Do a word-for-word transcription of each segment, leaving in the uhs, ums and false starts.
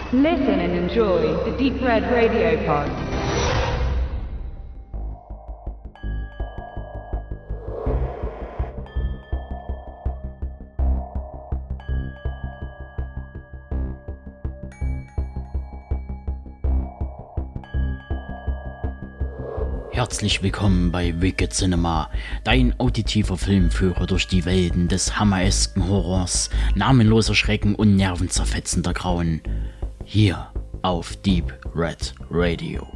Listen and enjoy the Deep Red Radio Pod. Herzlich willkommen bei Wicked Cinema, dein auditiver Filmführer durch die Welten des hammeresken Horrors, namenloser Schrecken und nervenzerfetzender Grauen. Hier auf Deep Red Radio.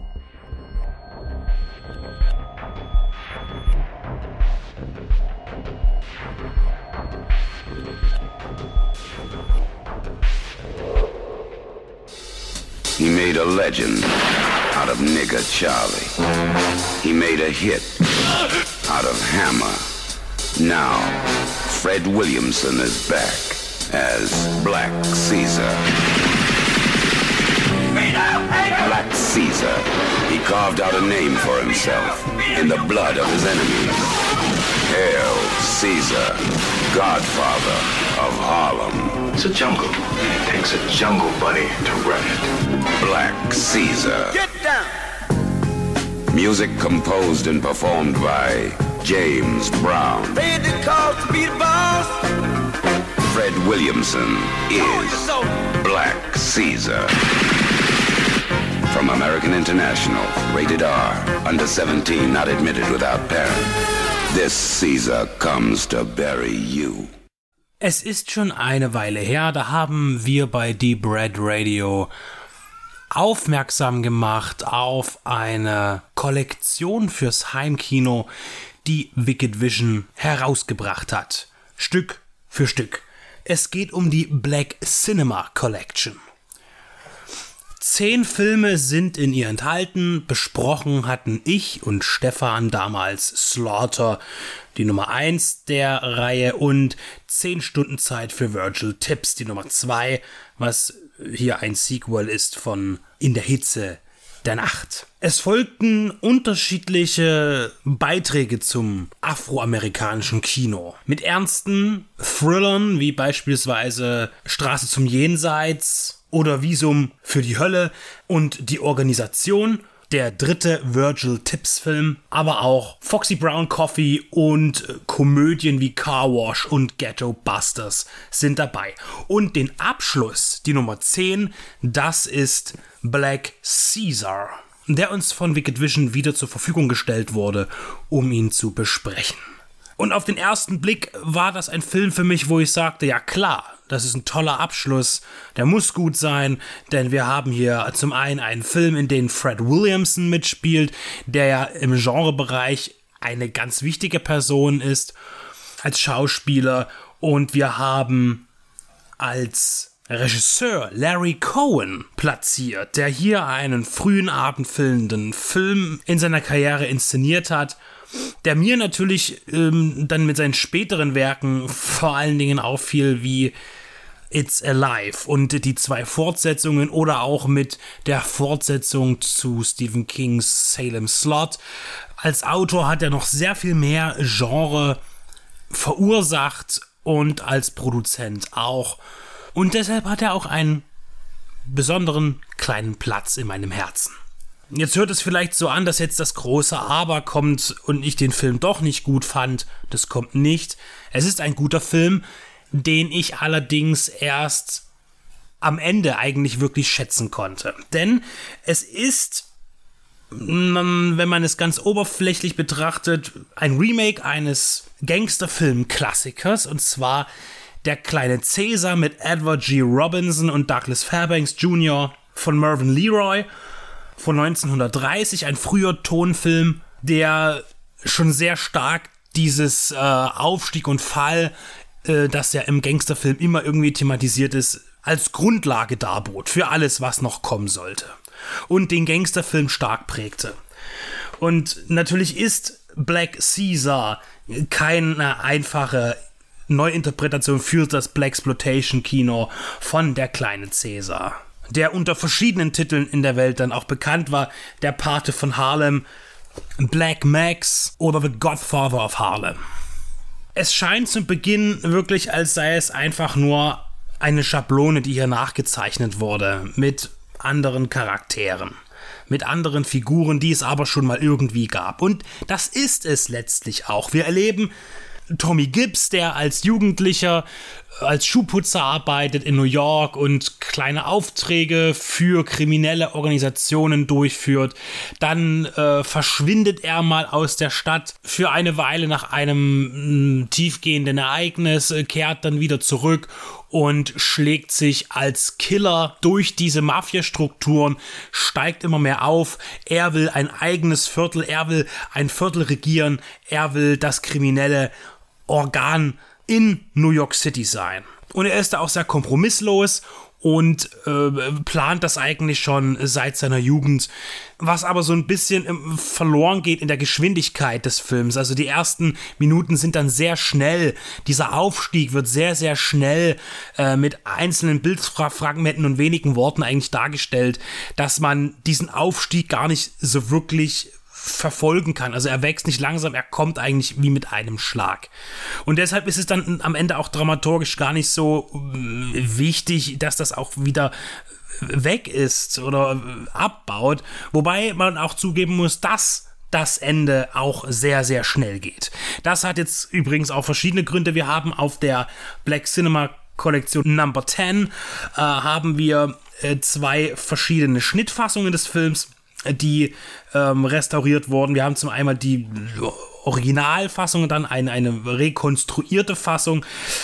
He made a legend out of Nigger Charlie. He made a hit out of Hammer. Now, Fred Williamson is back as Black Caesar. Black Caesar. He carved out a name for himself in the blood of his enemies. Hail Caesar, Godfather of Harlem. It's a jungle. It takes a jungle bunny to run it. Black Caesar. Get down! Music composed and performed by James Brown. Paid the cost to be the boss. Fred Williamson is Black Caesar. From American International, rated R, under seventeen, not admitted without parent. This Caesar comes to bury you. Es ist schon eine Weile her, da haben wir bei Deep Red Radio aufmerksam gemacht auf eine Kollektion fürs Heimkino, die Wicked Vision herausgebracht hat. Stück für Stück. Es geht um die Black Cinema Collection. Zehn Filme sind in ihr enthalten. Besprochen hatten ich und Stefan damals Slaughter, die Nummer eins der Reihe, und zehn Stunden Zeit für Virgil Tibbs, die Nummer zwei, was hier ein Sequel ist von In der Hitze der Nacht. Es folgten unterschiedliche Beiträge zum afroamerikanischen Kino. Mit ernsten Thrillern wie beispielsweise Straße zum Jenseits oder Visum für die Hölle und Die Organisation, der dritte Virgil Tibbs Film, aber auch Foxy Brown Coffee und Komödien wie Car Wash und Ghetto Busters sind dabei. Und den Abschluss, die Nummer zehn, das ist Black Caesar, der uns von Wicked Vision wieder zur Verfügung gestellt wurde, um ihn zu besprechen. Und auf den ersten Blick war das ein Film für mich, wo ich sagte, ja klar, das ist ein toller Abschluss, der muss gut sein, denn wir haben hier zum einen einen Film, in dem Fred Williamson mitspielt, der ja im Genrebereich eine ganz wichtige Person ist als Schauspieler, und wir haben als Regisseur Larry Cohen platziert, der hier einen frühen abendfüllenden Film in seiner Karriere inszeniert hat, der mir natürlich ähm, dann mit seinen späteren Werken vor allen Dingen auffiel wie It's Alive und die zwei Fortsetzungen oder auch mit der Fortsetzung zu Stephen Kings Salem's Lot. Als Autor hat er noch sehr viel mehr Genre verursacht und als Produzent auch. Und deshalb hat er auch einen besonderen kleinen Platz in meinem Herzen. Jetzt hört es vielleicht so an, dass jetzt das große Aber kommt und ich den Film doch nicht gut fand. Das kommt nicht. Es ist ein guter Film, den ich allerdings erst am Ende eigentlich wirklich schätzen konnte. Denn es ist, wenn man es ganz oberflächlich betrachtet, ein Remake eines Gangsterfilm-Klassikers, und zwar Der kleine Caesar mit Edward G. Robinson und Douglas Fairbanks Junior von Mervyn LeRoy von neunzehnhundertdreißig, ein früher Tonfilm, der schon sehr stark dieses äh, Aufstieg und Fall, äh, das ja im Gangsterfilm immer irgendwie thematisiert ist, als Grundlage darbot für alles, was noch kommen sollte. Und den Gangsterfilm stark prägte. Und natürlich ist Black Caesar keine einfache Neuinterpretation für das Blaxploitation-Kino von Der kleine Caesar, der unter verschiedenen Titeln in der Welt dann auch bekannt war. Der Pate von Harlem, Black Max oder The Godfather of Harlem. Es scheint zu Beginn wirklich, als sei es einfach nur eine Schablone, die hier nachgezeichnet wurde, mit anderen Charakteren, mit anderen Figuren, die es aber schon mal irgendwie gab. Und das ist es letztlich auch. Wir erleben Tommy Gibbs, der als Jugendlicher als Schuhputzer arbeitet in New York und kleine Aufträge für kriminelle Organisationen durchführt. Dann äh, verschwindet er mal aus der Stadt für eine Weile nach einem mh, tiefgehenden Ereignis, äh, kehrt dann wieder zurück und schlägt sich als Killer durch diese Mafia-Strukturen, steigt immer mehr auf. Er will ein eigenes Viertel, er will ein Viertel regieren, er will das kriminelle Organ in New York City sein. Und er ist da auch sehr kompromisslos und äh, plant das eigentlich schon seit seiner Jugend, was aber so ein bisschen äh, verloren geht in der Geschwindigkeit des Films. Also die ersten Minuten sind dann sehr schnell. Dieser Aufstieg wird sehr, sehr schnell äh, mit einzelnen Bildfragmenten und wenigen Worten eigentlich dargestellt, dass man diesen Aufstieg gar nicht so wirklich verfolgen kann. Also er wächst nicht langsam, er kommt eigentlich wie mit einem Schlag. Und deshalb ist es dann am Ende auch dramaturgisch gar nicht so wichtig, dass das auch wieder weg ist oder abbaut. Wobei man auch zugeben muss, dass das Ende auch sehr, sehr schnell geht. Das hat jetzt übrigens auch verschiedene Gründe. Wir haben auf der Black Cinema Kollektion Number zehn äh, haben wir äh, zwei verschiedene Schnittfassungen des Films, die ähm, restauriert wurden. Wir haben zum einen die Originalfassung und dann eine, eine rekonstruierte Fassung.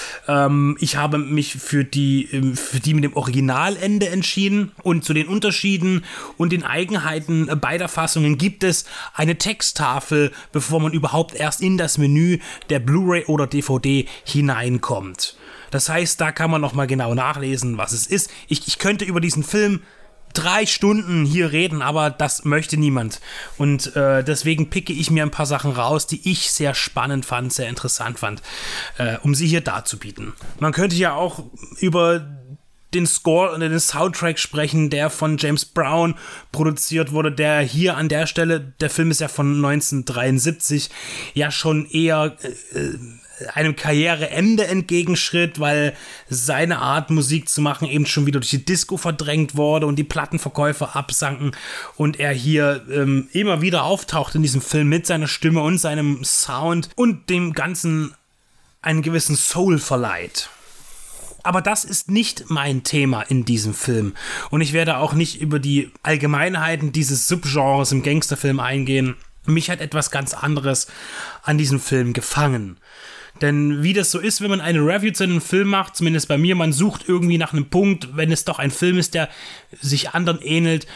Ähm, ich habe mich für die, für die mit dem Originalende entschieden und zu den Unterschieden und den Eigenheiten beider Fassungen gibt es eine Texttafel, bevor man überhaupt erst in das Menü der Blu-ray oder D V D hineinkommt. Das heißt, da kann man nochmal genau nachlesen, was es ist. Ich, ich könnte über diesen Film drei Stunden hier reden, aber das möchte niemand. Und äh, deswegen picke ich mir ein paar Sachen raus, die ich sehr spannend fand, sehr interessant fand, äh, um sie hier darzubieten. Man könnte ja auch über den Score und den Soundtrack sprechen, der von James Brown produziert wurde, der hier an der Stelle, der Film ist ja von neunzehnhundertdreiundsiebzig, ja schon eher äh, einem Karriereende entgegenschritt, weil seine Art Musik zu machen eben schon wieder durch die Disco verdrängt wurde und die Plattenverkäufe absanken und er hier ähm, immer wieder auftaucht in diesem Film mit seiner Stimme und seinem Sound und dem Ganzen einen gewissen Soul verleiht. Aber das ist nicht mein Thema in diesem Film und ich werde auch nicht über die Allgemeinheiten dieses Subgenres im Gangsterfilm eingehen. Mich hat etwas ganz anderes an diesem Film gefangen. Denn wie das so ist, wenn man eine Review zu einem Film macht, zumindest bei mir, man sucht irgendwie nach einem Punkt, wenn es doch ein Film ist, der sich anderen ähnelt,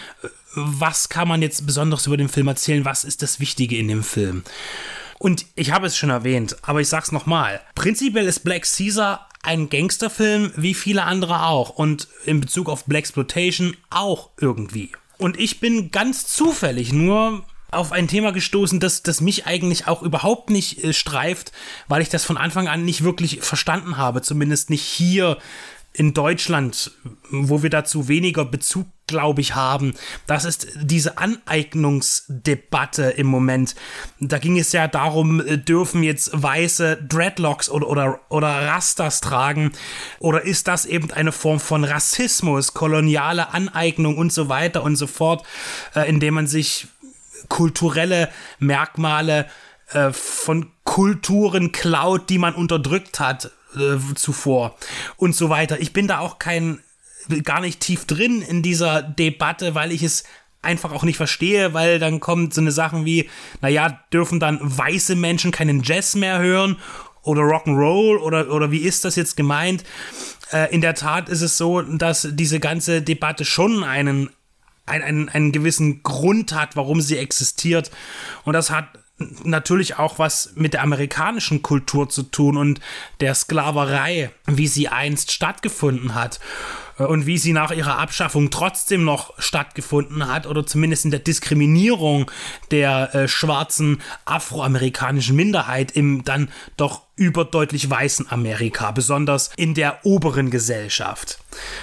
was kann man jetzt Besonderes über den Film erzählen, was ist das Wichtige in dem Film? Und ich habe es schon erwähnt, aber ich sag's nochmal. Prinzipiell ist Black Caesar ein Gangsterfilm, wie viele andere auch. Und in Bezug auf Blaxploitation auch irgendwie. Und ich bin ganz zufällig nur auf ein Thema gestoßen, das, das mich eigentlich auch überhaupt nicht äh, streift, weil ich das von Anfang an nicht wirklich verstanden habe, zumindest nicht hier in Deutschland, wo wir dazu weniger Bezug, glaube ich, haben. Das ist diese Aneignungsdebatte im Moment. Da ging es ja darum, dürfen jetzt weiße Dreadlocks oder, oder, oder Rastas tragen oder ist das eben eine Form von Rassismus, koloniale Aneignung und so weiter und so fort, äh, indem man sich kulturelle Merkmale äh, von Kulturen klaut, die man unterdrückt hat äh, zuvor und so weiter. Ich bin da auch kein, gar nicht tief drin in dieser Debatte, weil ich es einfach auch nicht verstehe, weil dann kommen so eine Sachen wie, naja, dürfen dann weiße Menschen keinen Jazz mehr hören oder Rock'n'Roll oder, oder wie ist das jetzt gemeint? Äh, in der Tat ist es so, dass diese ganze Debatte schon einen Einen, einen gewissen Grund hat, warum sie existiert. Und das hat natürlich auch was mit der amerikanischen Kultur zu tun und der Sklaverei, wie sie einst stattgefunden hat und wie sie nach ihrer Abschaffung trotzdem noch stattgefunden hat oder zumindest in der Diskriminierung der äh, schwarzen afroamerikanischen Minderheit im dann doch überdeutlich weißen Amerika, besonders in der oberen Gesellschaft.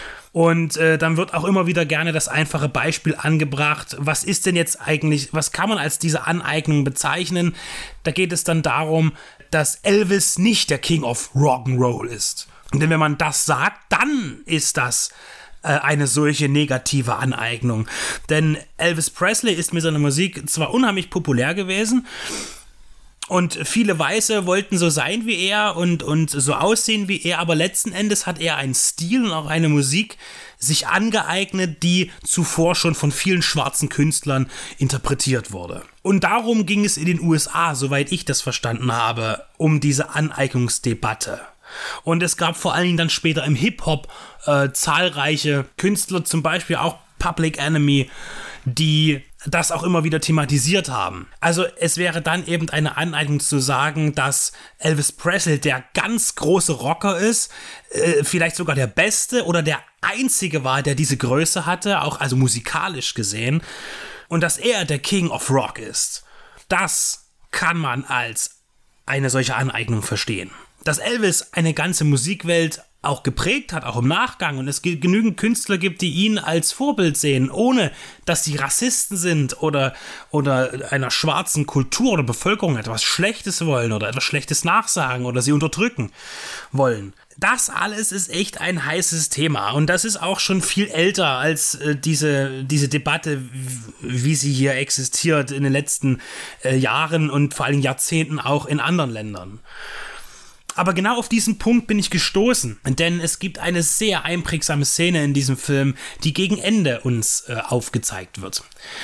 Und äh, dann wird auch immer wieder gerne das einfache Beispiel angebracht, was ist denn jetzt eigentlich, was kann man als diese Aneignung bezeichnen? Da geht es dann darum, dass Elvis nicht der King of Rock'n'Roll ist, Denn wenn man das sagt, dann ist das äh, eine solche negative Aneignung. Denn Elvis Presley ist mit seiner Musik zwar unheimlich populär gewesen, und viele Weiße wollten so sein wie er und, und so aussehen wie er, aber letzten Endes hat er einen Stil und auch eine Musik sich angeeignet, die zuvor schon von vielen schwarzen Künstlern interpretiert wurde. Und darum ging es in den U S A, soweit ich das verstanden habe, um diese Aneignungsdebatte. Und es gab vor allen Dingen dann später im Hip-Hop äh, zahlreiche Künstler, zum Beispiel auch Public Enemy, die das auch immer wieder thematisiert haben. Also es wäre dann eben eine Aneignung zu sagen, dass Elvis Presley der ganz große Rocker ist, äh, vielleicht sogar der Beste oder der Einzige war, der diese Größe hatte, auch also musikalisch gesehen, und dass er der King of Rock ist. Das kann man als eine solche Aneignung verstehen. Dass Elvis eine ganze Musikwelt auch geprägt hat, auch im Nachgang, und es genügend Künstler gibt, die ihn als Vorbild sehen, ohne dass sie Rassisten sind oder, oder einer schwarzen Kultur oder Bevölkerung etwas Schlechtes wollen oder etwas Schlechtes nachsagen oder sie unterdrücken wollen. Das alles ist echt ein heißes Thema, und das ist auch schon viel älter als äh, diese, diese Debatte, wie sie hier existiert in den letzten äh, Jahren und vor allem Jahrzehnten auch in anderen Ländern. Aber genau auf diesen Punkt bin ich gestoßen, denn es gibt eine sehr einprägsame Szene in diesem Film, die gegen Ende uns äh, aufgezeigt wird.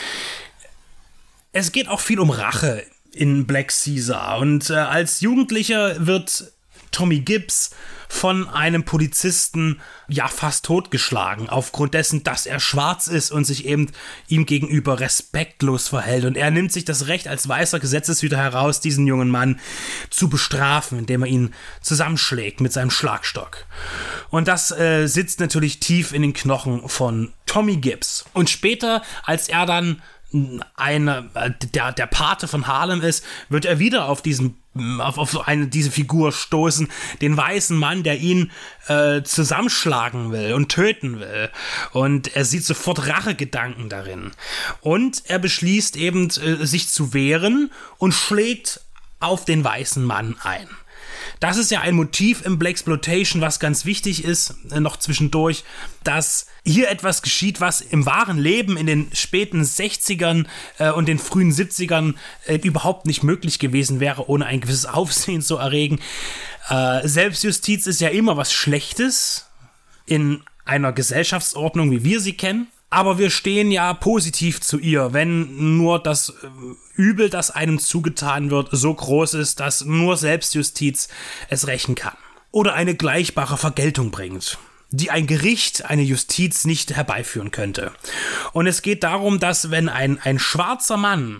Es geht auch viel um Rache in Black Caesar, und äh, als Jugendlicher wird Tommy Gibbs von einem Polizisten ja fast totgeschlagen, aufgrund dessen, dass er schwarz ist und sich eben ihm gegenüber respektlos verhält. Und er nimmt sich das Recht als weißer Gesetzeshüter heraus, diesen jungen Mann zu bestrafen, indem er ihn zusammenschlägt mit seinem Schlagstock. Und das äh, sitzt natürlich tief in den Knochen von Tommy Gibbs. Und später, als er dann eine, der, der Pate von Harlem ist, wird er wieder auf diesen auf, auf so eine, diese Figur stoßen, den weißen Mann, der ihn äh, zusammenschlagen will und töten will. Und er sieht sofort Rachegedanken darin. Und er beschließt eben, äh, sich zu wehren und schlägt auf den weißen Mann ein. Das ist ja ein Motiv im Blaxploitation, was ganz wichtig ist, äh, noch zwischendurch, dass hier etwas geschieht, was im wahren Leben in den späten sechzigern äh, und den frühen siebzigern äh, überhaupt nicht möglich gewesen wäre, ohne ein gewisses Aufsehen zu erregen. Äh, Selbstjustiz ist ja immer was Schlechtes in einer Gesellschaftsordnung, wie wir sie kennen. Aber wir stehen ja positiv zu ihr, wenn nur das Übel, das einem zugetan wird, so groß ist, dass nur Selbstjustiz es rächen kann. Oder eine gleichbare Vergeltung bringt, die ein Gericht, eine Justiz nicht herbeiführen könnte. Und es geht darum, dass wenn ein, ein schwarzer Mann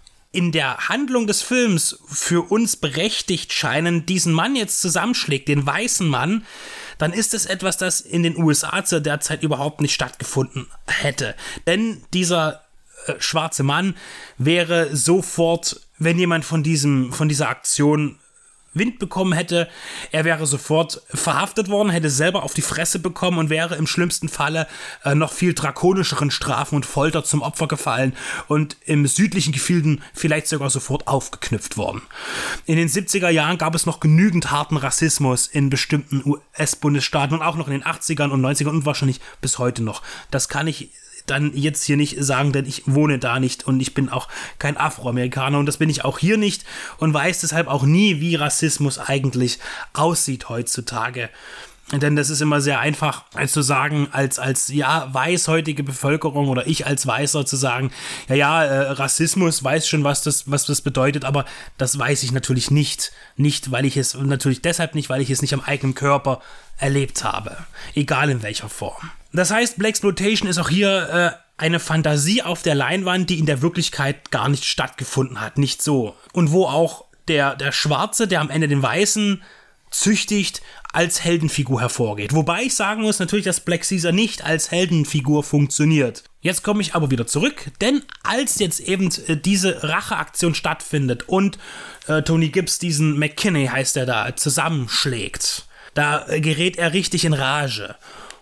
in der Handlung des Films für uns berechtigt scheinen, diesen Mann jetzt zusammenschlägt, den weißen Mann, dann ist es etwas, das in den U S A zu der Zeit überhaupt nicht stattgefunden hätte. Denn dieser äh, schwarze Mann wäre sofort, wenn jemand von diesem, von dieser Aktion Wind bekommen hätte, er wäre sofort verhaftet worden, hätte selber auf die Fresse bekommen und wäre im schlimmsten Falle äh, noch viel drakonischeren Strafen und Folter zum Opfer gefallen und im südlichen Gefilden vielleicht sogar sofort aufgeknüpft worden. In den siebziger Jahren gab es noch genügend harten Rassismus in bestimmten U S-Bundesstaaten und auch noch in den achtzigern und neunzigern und wahrscheinlich bis heute noch. Das kann ich dann jetzt hier nicht sagen, denn ich wohne da nicht und ich bin auch kein Afroamerikaner und das bin ich auch hier nicht und weiß deshalb auch nie, wie Rassismus eigentlich aussieht heutzutage. Denn das ist immer sehr einfach, als zu sagen, als, als ja, weißhäutige Bevölkerung oder ich als Weißer zu sagen, ja, ja, äh, Rassismus, weiß schon, was das, was das bedeutet, aber das weiß ich natürlich nicht. Nicht, weil ich es, natürlich deshalb nicht, weil ich es nicht am eigenen Körper erlebt habe. Egal in welcher Form. Das heißt, Blaxploitation ist auch hier äh, eine Fantasie auf der Leinwand, die in der Wirklichkeit gar nicht stattgefunden hat. Nicht so. Und wo auch der, der Schwarze, der am Ende den Weißen züchtigt, als Heldenfigur hervorgeht. Wobei ich sagen muss natürlich, dass Black Caesar nicht als Heldenfigur funktioniert. Jetzt komme ich aber wieder zurück, denn als jetzt eben äh, diese Racheaktion stattfindet und äh, Tony Gibbs diesen McKinney, heißt er da, zusammenschlägt, da äh, gerät er richtig in Rage.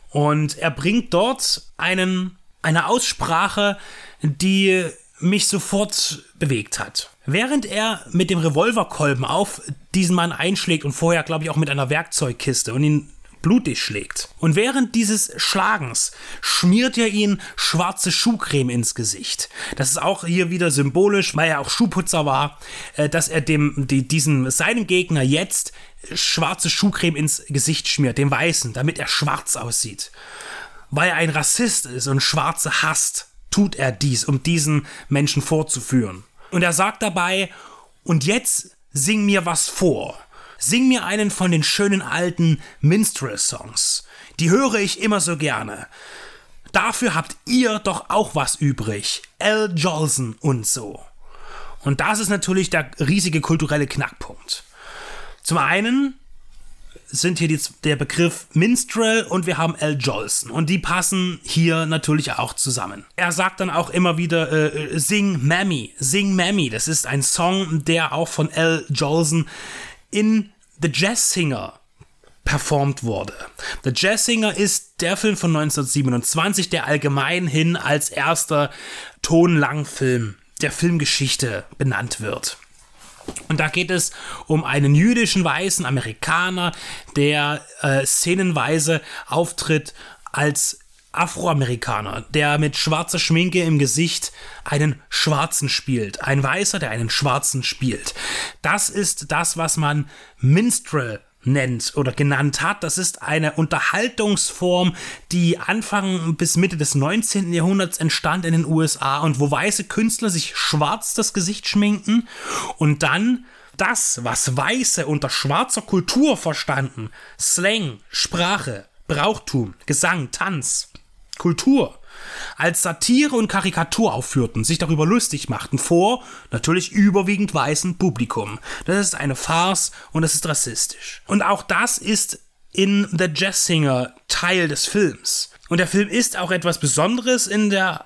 Und er bringt dort einen, eine Aussprache, die mich sofort bewegt hat. Während er mit dem Revolverkolben auf diesen Mann einschlägt und vorher, glaube ich, auch mit einer Werkzeugkiste und ihn blutig schlägt. Und während dieses Schlagens schmiert er ihn schwarze Schuhcreme ins Gesicht. Das ist auch hier wieder symbolisch, weil er auch Schuhputzer war, dass er dem, die, diesen, seinem Gegner jetzt schwarze Schuhcreme ins Gesicht schmiert, dem Weißen, damit er schwarz aussieht. Weil er ein Rassist ist und Schwarze hasst, tut er dies, um diesen Menschen vorzuführen. Und er sagt dabei, und jetzt sing mir was vor. Sing mir einen von den schönen alten Minstrel-Songs. Die höre ich immer so gerne. Dafür habt ihr doch auch was übrig. Al Jolson und so. Und das ist natürlich der riesige kulturelle Knackpunkt. Zum einen sind hier die, der Begriff Minstrel und wir haben Al Jolson. Und die passen hier natürlich auch zusammen. Er sagt dann auch immer wieder, äh, Sing Mammy, Sing Mammy. Das ist ein Song, der auch von Al Jolson in The Jazz Singer performt wurde. The Jazz Singer ist der Film von neunzehnhundertsiebenundzwanzig, der allgemein hin als erster Tonlangfilm der Filmgeschichte benannt wird. Und da geht es um einen jüdischen weißen Amerikaner, der äh, szenenweise auftritt als Afroamerikaner, der mit schwarzer Schminke im Gesicht einen Schwarzen spielt. Ein Weißer, der einen Schwarzen spielt. Das ist das, was man Minstrel nennt oder genannt hat. Das ist eine Unterhaltungsform, die Anfang bis Mitte des neunzehnten Jahrhunderts entstand in den U S A und wo weiße Künstler sich schwarz das Gesicht schminken und dann das, was Weiße unter schwarzer Kultur verstanden, Slang, Sprache, Brauchtum, Gesang, Tanz, Kultur, als Satire und Karikatur aufführten, sich darüber lustig machten, vor natürlich überwiegend weißem Publikum. Das ist eine Farce und das ist rassistisch. Und auch das ist in The Jazz Singer Teil des Films. Und der Film ist auch etwas Besonderes in der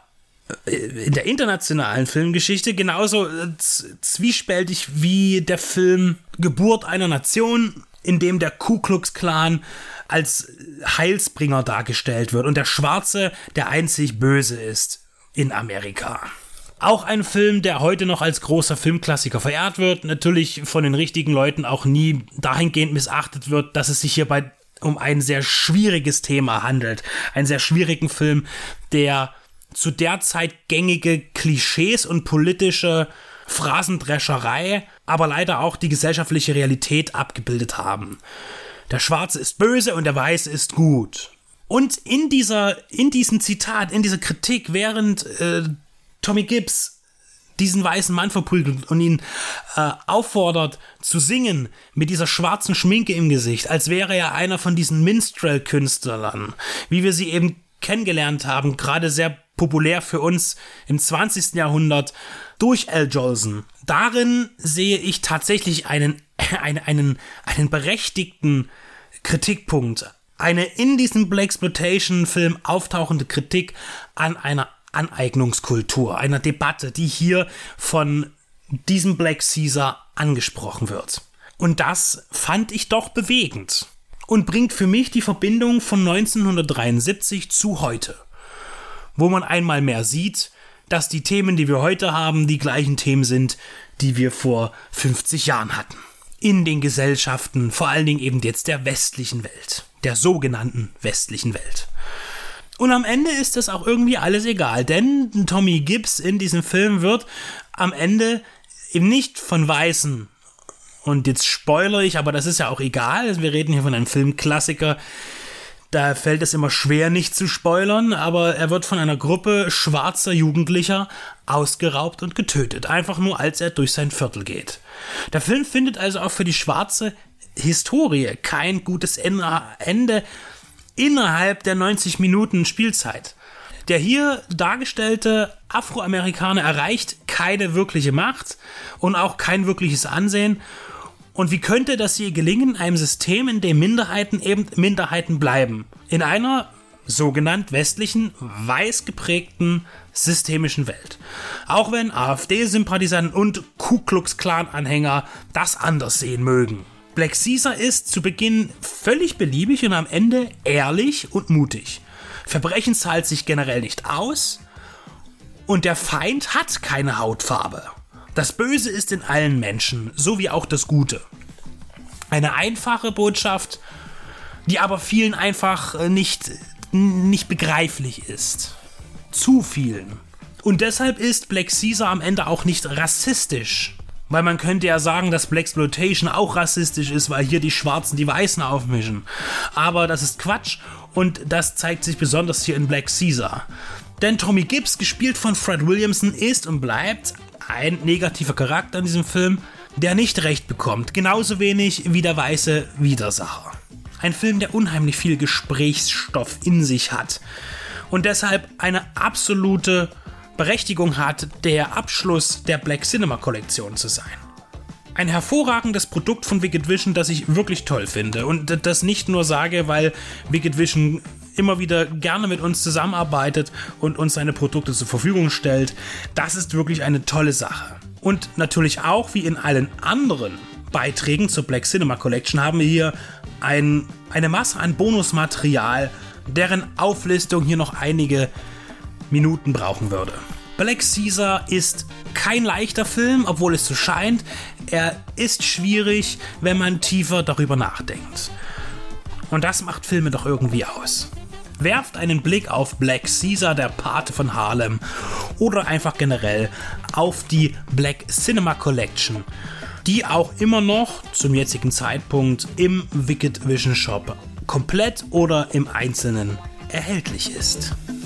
in der internationalen Filmgeschichte, genauso zwiespältig wie der Film Geburt einer Nation, in dem der Ku Klux Klan als Heilsbringer dargestellt wird und der Schwarze der einzig Böse ist in Amerika. Auch ein Film, der heute noch als großer Filmklassiker verehrt wird, natürlich von den richtigen Leuten auch nie dahingehend missachtet wird, dass es sich hierbei um ein sehr schwieriges Thema handelt. Einen sehr schwierigen Film, der zu der Zeit gängige Klischees und politische Phrasendrescherei, aber leider auch die gesellschaftliche Realität abgebildet haben. Der Schwarze ist böse und der Weiße ist gut. Und in dieser, in diesem Zitat, in dieser Kritik, während äh, Tommy Gibbs diesen weißen Mann verprügelt und ihn äh, auffordert zu singen mit dieser schwarzen Schminke im Gesicht, als wäre er einer von diesen Minstrel-Künstlern, wie wir sie eben kennengelernt haben, gerade sehr populär für uns im zwanzigsten Jahrhundert durch Al Jolson. Darin sehe ich tatsächlich einen, einen, einen, einen berechtigten Kritikpunkt, eine in diesem Blaxploitation-Film auftauchende Kritik an einer Aneignungskultur, einer Debatte, die hier von diesem Black Caesar angesprochen wird. Und das fand ich doch bewegend und bringt für mich die Verbindung von neunzehnhundertdreiundsiebzig zu heute, wo man einmal mehr sieht, dass die Themen, die wir heute haben, die gleichen Themen sind, die wir vor fünfzig Jahren hatten. In den Gesellschaften, vor allen Dingen eben jetzt der westlichen Welt, der sogenannten westlichen Welt. Und am Ende ist das auch irgendwie alles egal, denn Tommy Gibbs in diesem Film wird am Ende eben nicht von Weißen, und jetzt spoilere ich, aber das ist ja auch egal, wir reden hier von einem Filmklassiker, da fällt es immer schwer, nicht zu spoilern, aber er wird von einer Gruppe schwarzer Jugendlicher ausgeraubt und getötet, einfach nur als er durch sein Viertel geht. Der Film findet also auch für die schwarze Historie kein gutes Ende innerhalb der neunzig Minuten Spielzeit. Der hier dargestellte Afroamerikaner erreicht keine wirkliche Macht und auch kein wirkliches Ansehen. Und wie könnte das hier gelingen in einem System, in dem Minderheiten eben Minderheiten bleiben? In einer sogenannt westlichen, weiß geprägten, systemischen Welt. Auch wenn AfD-Sympathisanten und Ku Klux Klan-Anhänger das anders sehen mögen. Black Caesar ist zu Beginn völlig beliebig und am Ende ehrlich und mutig. Verbrechen zahlt sich generell nicht aus und der Feind hat keine Hautfarbe. Das Böse ist in allen Menschen, so wie auch das Gute. Eine einfache Botschaft, die aber vielen einfach nicht, nicht begreiflich ist. Zu vielen. Und deshalb ist Black Caesar am Ende auch nicht rassistisch. Weil man könnte ja sagen, dass Blaxploitation auch rassistisch ist, weil hier die Schwarzen die Weißen aufmischen. Aber das ist Quatsch und das zeigt sich besonders hier in Black Caesar. Denn Tommy Gibbs, gespielt von Fred Williamson, ist und bleibt ein negativer Charakter in diesem Film, der nicht recht bekommt. Genauso wenig wie der weiße Widersacher. Ein Film, der unheimlich viel Gesprächsstoff in sich hat. Und deshalb eine absolute Berechtigung hat, der Abschluss der Black Cinema Kollektion zu sein. Ein hervorragendes Produkt von Wicked Vision, das ich wirklich toll finde und das nicht nur sage, weil Wicked Vision immer wieder gerne mit uns zusammenarbeitet und uns seine Produkte zur Verfügung stellt. Das ist wirklich eine tolle Sache. Und natürlich auch, wie in allen anderen Beiträgen zur Black Cinema Collection, haben wir hier ein, eine Masse an Bonusmaterial, deren Auflistung hier noch einige Minuten brauchen würde. Black Caesar ist kein leichter Film, obwohl es so scheint. Er ist schwierig, wenn man tiefer darüber nachdenkt. Und das macht Filme doch irgendwie aus. Werft einen Blick auf Black Caesar, der Pate von Harlem, oder einfach generell auf die Black Cinema Collection, die auch immer noch zum jetzigen Zeitpunkt im Wicked Vision Shop komplett oder im Einzelnen erhältlich ist.